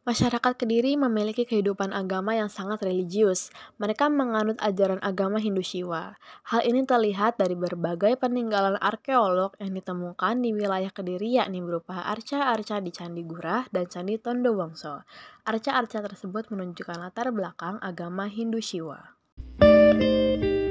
Masyarakat Kediri memiliki kehidupan agama yang sangat religius. Mereka menganut ajaran agama Hindu Shiva. Hal ini terlihat dari berbagai peninggalan arkeolog yang ditemukan di wilayah Kediri, yakni berupa arca-arca di Candi Gurah dan Candi Tondo Wongso. Arca-arca tersebut menunjukkan latar belakang agama Hindu Shiva.